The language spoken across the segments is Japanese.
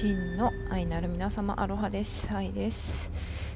真の愛なる皆様、アロハです。愛です。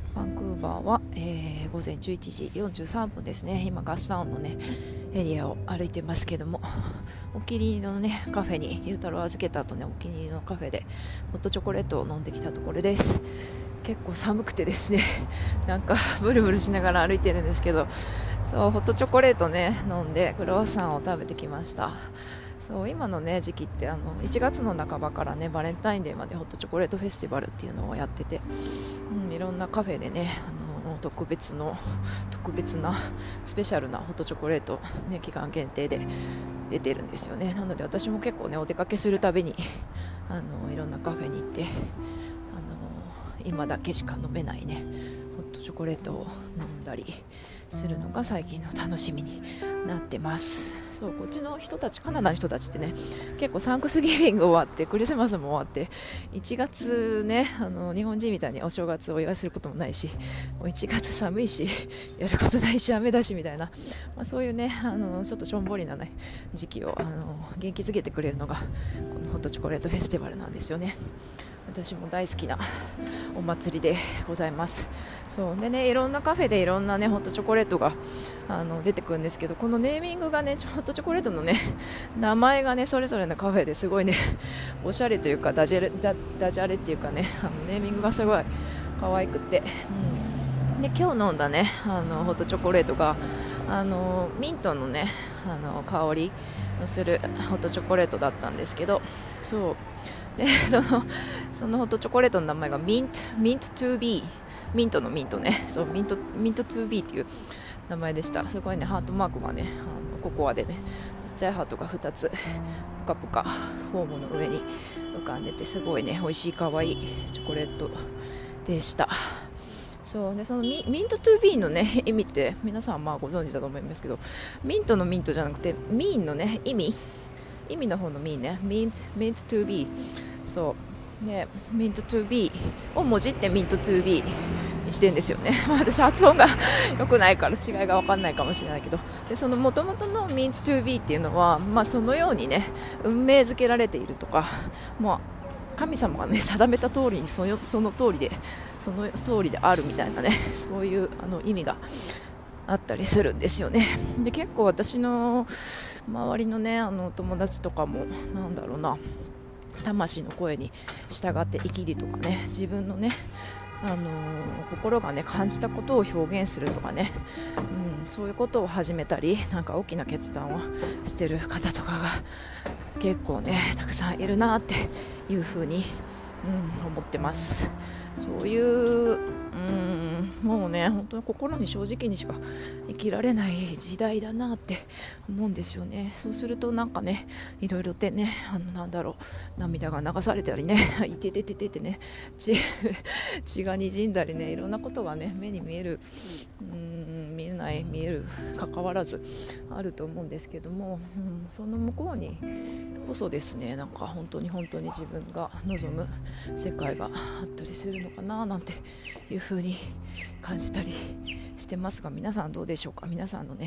バンクーバーは、午前11時43分ですね。今ガスタウンのねエリアを歩いてますけども、お気に入りのねカフェにゆうたろう預けた後ね、お気に入りのカフェでホットチョコレートを飲んできたところです。結構寒くてですね、なんかブルブルしながら歩いてるんですけど、そうホットチョコレートね飲んでクロワッサンを食べてきました。そう今のね時期って1月の半ばからねバレンタインデーまでホットチョコレートフェスティバルっていうのをやってて、いろんなカフェでね特別なスペシャルなホットチョコレート、ね、期間限定で出てるんですよね。なので私も結構ねお出かけするたびにいろんなカフェに行って今だけしか飲めないねホットチョコレートを飲んだりするのが最近の楽しみになってます。そうこっちの人たち、カナダの人たちってね結構サンクスギビング終わってクリスマスも終わって1月ね日本人みたいにお正月をお祝いすることもないし、もう1月寒いしやることないし雨だしみたいな、そういうねちょっとしょんぼりな、ね、時期を元気づけてくれるのがこのホットチョコレートフェスティバルなんですよね。私も大好きなお祭りでございます。そうでね、いろんなカフェでいろんなねホットチョコレートが出てくるんですけど、このネーミングがねホットチョコレートのね名前がねそれぞれのカフェですごいねおしゃれというかダジャレっていうかねネーミングがすごい可愛くて、で今日飲んだねホットチョコレートがミントのね香りのするホットチョコレートだったんですけど、そうでそのホットチョコレートの名前がミントトゥービー、ミントのミントね、そうミントトゥービーっていう名前でした。すごいねハートマークがねココアでねちっちゃいハートが2つプカプカフォームの上に浮かんでて、すごいね美味しい可愛いチョコレートでした。そうでそのミントトゥービーのね意味って皆さんご存知だと思いますけど、ミントのミントじゃなくてミーンのね意味の方のミーね、ミントトゥービー、そうね、ミントトゥービーをもじってミントトゥービーにしてるんですよね。私発音が良くないから違いが分かんないかもしれないけど、でその元々のミントトゥービーっていうのは、そのようにね運命づけられているとか、神様がね定めた通りにその通りであるみたいなね、そういう意味があったりするんですよね。で結構私の周りのね友達とかもなんだろうな、魂の声に従って生きるとかね、自分のね心がね感じたことを表現するとかね、そういうことを始めたり、なんか大きな決断をしてる方とかが結構ねたくさんいるなっていうふうに、思ってます。そういうもうね本当に心に正直にしか生きられない時代だなって思うんですよね。そうするとなんかねいろいろってね涙が流されたりねいてててててね血がにじんだりね、いろんなことがね目に見える見えない見える関わらずあると思うんですけども、その向こうにこそですね、なんか本当に自分が望む世界があったりするのかななんていう風に感じたりしてますが、皆さんどうでしょうか。皆さんの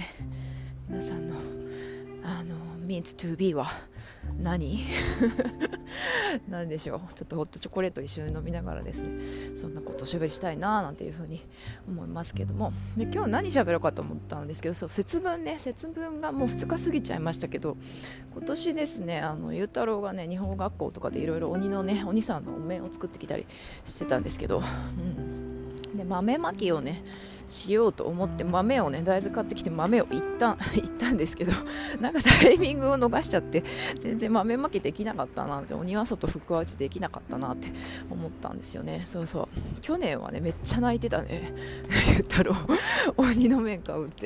means to be は何なんでしょう。ちょっとホットチョコレート一緒に飲みながらですね、そんなことをしゃべりしたいななんていう風に思いますけども、で今日何しゃべろうかと思ったんですけど、節分がもう2日過ぎちゃいましたけど、今年ですねゆうたろうがね日本語学校とかでいろいろ鬼さんのお面を作ってきたりしてたんですけど、で豆まきをねしようと思って豆をね大豆買ってきて豆を行ったんですけど、なんかタイミングを逃しちゃって全然豆まきできなかったなって、お庭外福は内できなかったなって思ったんですよね。そう去年はねめっちゃ泣いてたねゆうたろう鬼の面買うって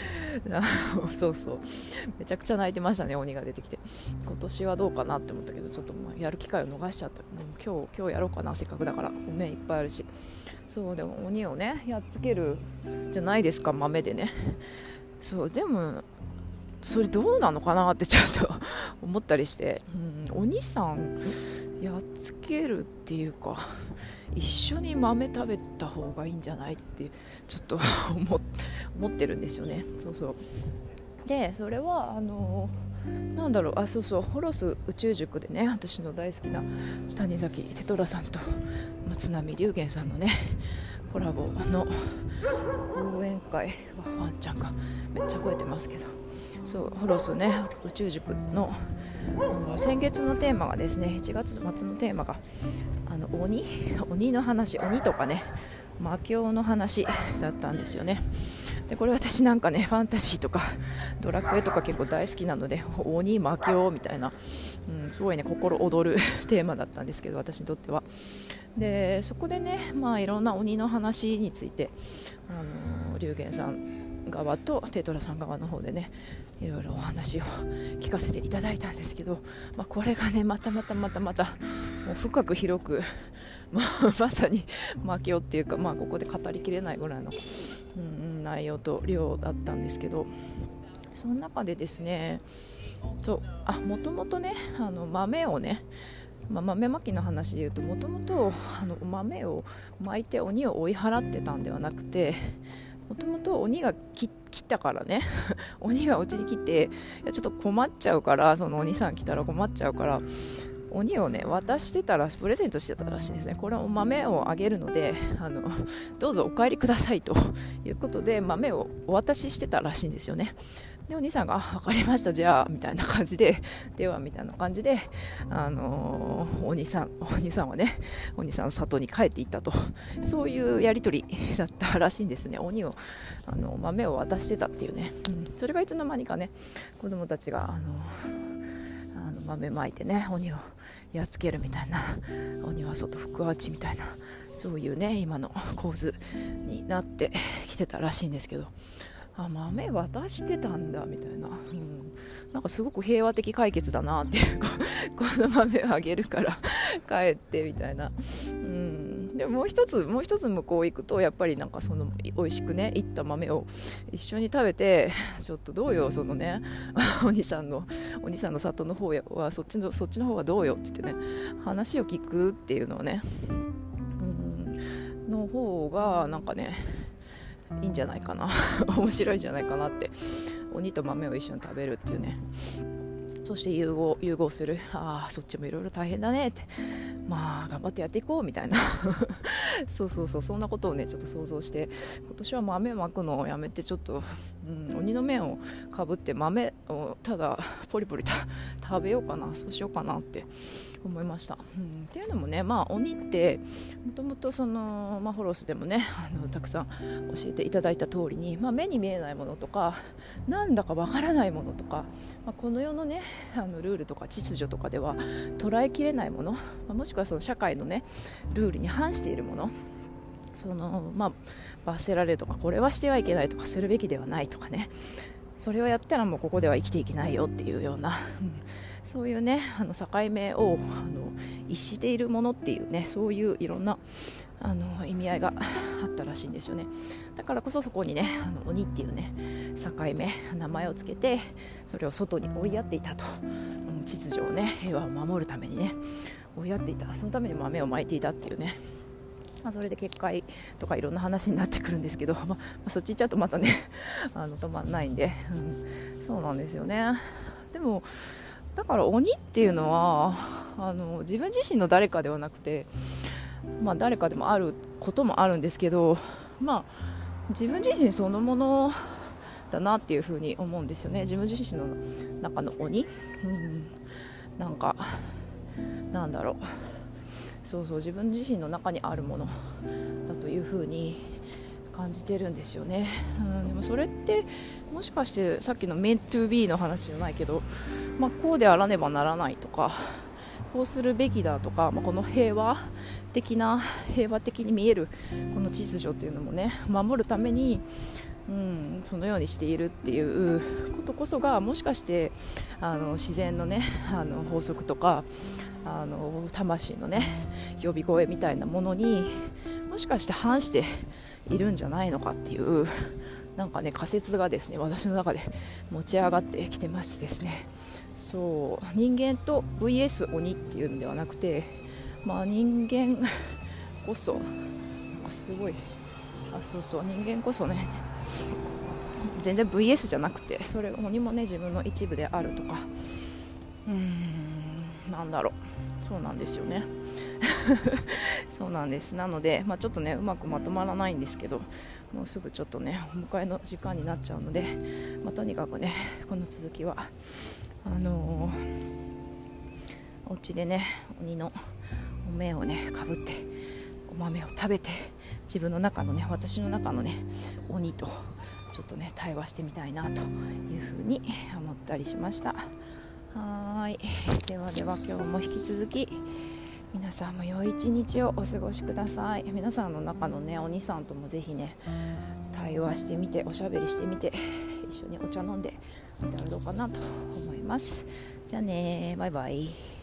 めちゃくちゃ泣いてましたね、鬼が出てきて。今年はどうかなって思ったけど、ちょっとやる機会を逃しちゃった。でも今日やろうかな、せっかくだからお面いっぱいあるし。そうでも鬼をねやっつけるじゃないですか、豆でね。そうでもそれどうなのかなってちょっと思ったりして、鬼さんやっつけるっていうか一緒に豆食べた方がいいんじゃないってちょっと思ってるんですよね。でそれはなんだろう、そうそう、ホロス宇宙塾でね、私の大好きな谷崎テトラさんと松波龍玄さんのねコラボの講演会はワンちゃんがめっちゃ吠えてますけど、そうホロスね宇宙塾の先月のテーマがですね、1月末のテーマが鬼の話、鬼とかね魔境の話だったんですよね。でこれ私なんかねファンタジーとかドラクエとか結構大好きなので、鬼魔境みたいな、すごいね心躍るテーマだったんですけど、私にとっては。でそこでね、いろんな鬼の話について龍玄さん側とテトラさん側の方でねいろいろお話を聞かせていただいたんですけど、これがねまたもう深く広くまさに魔境っていうか、ここで語りきれないぐらいの、内容と量だったんですけど、その中でですね、もともとね豆をね、豆まきの話でいうと、もともと豆をまいて鬼を追い払ってたんではなくて、もともと鬼が来たからね鬼がお家に来て、ちょっと困っちゃうから、その鬼さん来たら困っちゃうから鬼をね渡してたら、プレゼントしてたらしいんですね。これは豆をあげるのでどうぞお帰りくださいということで豆をお渡ししてたらしいんですよね。でお兄さんが分かりましたじゃあみたいな感じで、ではみたいな感じでお兄さんはね鬼さん里に帰っていったと、そういうやり取りだったらしいんですね。鬼を豆を渡してたっていうね、それがいつの間にかね子供たちが豆まいてね鬼をやっつけるみたいな、鬼は外福は内みたいな、そういうね今の構図になってきてたらしいんですけど、豆渡してたんだみたいな、なんかすごく平和的解決だなっていうかこの豆をあげるから帰ってみたいな、でもう一つ向こう行くと、やっぱりなんかその美味しくねいった豆を一緒に食べて、ちょっとどうよそのねお兄さんの里の方はそっちの方はどうよって言ってね話を聞くっていうのをね、の方がなんかねいいんじゃないかな面白いんじゃないかなって、鬼と豆を一緒に食べるっていうね、そして融合する、そっちもいろいろ大変だねって、頑張ってやっていこうみたいなそうそんなことをねちょっと想像して、今年は豆まくのをやめて、ちょっと、鬼の面をかぶって豆をただポリポリ食べようかな、そうしようかなって思いました。っていうのもね、鬼ってもともとその、ホロスでもねたくさん教えていただいた通りに、目に見えないものとかなんだかわからないものとか、この世のねルールとか秩序とかでは捉えきれないもの、もしくはその社会のねルールに反しているもの、罰せられるとか、これはしてはいけないとか、するべきではないとかね、それをやったらもうここでは生きていけないよっていうような、そういうね境目を逸しているものっていうね、そういういろんな意味合いがあったらしいんですよね。だからこそそこにね鬼っていうね境目、名前をつけてそれを外に追いやっていたと、秩序をね平和を守るためにね追いやっていた、そのために豆をまいていたっていうね、それで結界とかいろんな話になってくるんですけど、そっち行っちゃうとまたね止まんないんで、そうなんですよね。でもだから鬼っていうのは自分自身の誰かではなくて、誰かでもあることもあるんですけど、自分自身そのものだなっていうふうに思うんですよね。自分自身の中の鬼、なんかなんだろう、自分自身の中にあるものだというふうに感じてるんですよね。でもそれってもしかしてさっきの meant to be の話じゃないけど、こうであらねばならないとか、こうするべきだとか、この平和的に見えるこの秩序というのもね守るために、そのようにしているっていうことこそが、もしかして自然のね法則とか魂のね呼び声みたいなものにもしかして反しているんじゃないのかっていうなんかね仮説がですね私の中で持ち上がってきてましてですね、人間と VS 鬼っていうのではなくて、人間こそすごい人間こそね全然 VS じゃなくて、それ鬼もね自分の一部であるとか、 なんだろう、そうなんですよねそうなんです。なので、ちょっとねうまくまとまらないんですけど、もうすぐちょっとねお迎えの時間になっちゃうので、とにかくねこの続きはお家でね鬼のお面をねかぶってお豆を食べて、自分の中のね、私の中のね鬼とちょっとね対話してみたいなというふうに思ったりしました。はい、では今日も引き続き皆さんも良い一日をお過ごしください。皆さんの中のねお兄さんともぜひね対話してみて、おしゃべりしてみて、一緒にお茶飲んでみたらどうかなと思います。じゃあね、バイバイ。